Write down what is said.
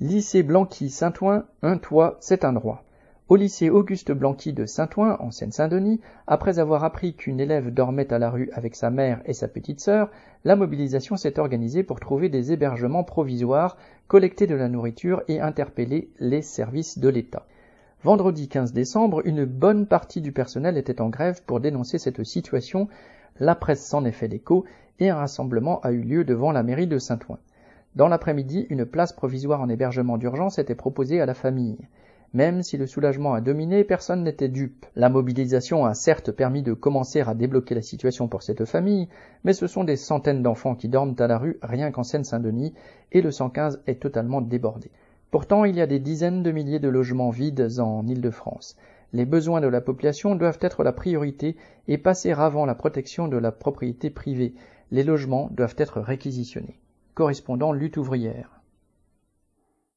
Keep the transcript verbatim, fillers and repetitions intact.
Lycée Blanqui Saint-Ouen, un toit, c'est un droit. Au lycée Auguste Blanqui de Saint-Ouen, en Seine-Saint-Denis, après avoir appris qu'une élève dormait à la rue avec sa mère et sa petite sœur, la mobilisation s'est organisée pour trouver des hébergements provisoires, collecter de la nourriture et interpeller les services de l'État. Vendredi quinze décembre, une bonne partie du personnel était en grève pour dénoncer cette situation. La presse s'en est fait l'écho et un rassemblement a eu lieu devant la mairie de Saint-Ouen. Dans l'après-midi, une place provisoire en hébergement d'urgence était proposée à la famille. Même si le soulagement a dominé, personne n'était dupe. La mobilisation a certes permis de commencer à débloquer la situation pour cette famille, mais ce sont des centaines d'enfants qui dorment à la rue rien qu'en Seine-Saint-Denis et le cent quinze est totalement débordé. Pourtant, il y a des dizaines de milliers de logements vides en Île-de-France. Les besoins de la population doivent être la priorité et passer avant la protection de la propriété privée. Les logements doivent être réquisitionnés. Correspondant Lutte ouvrière.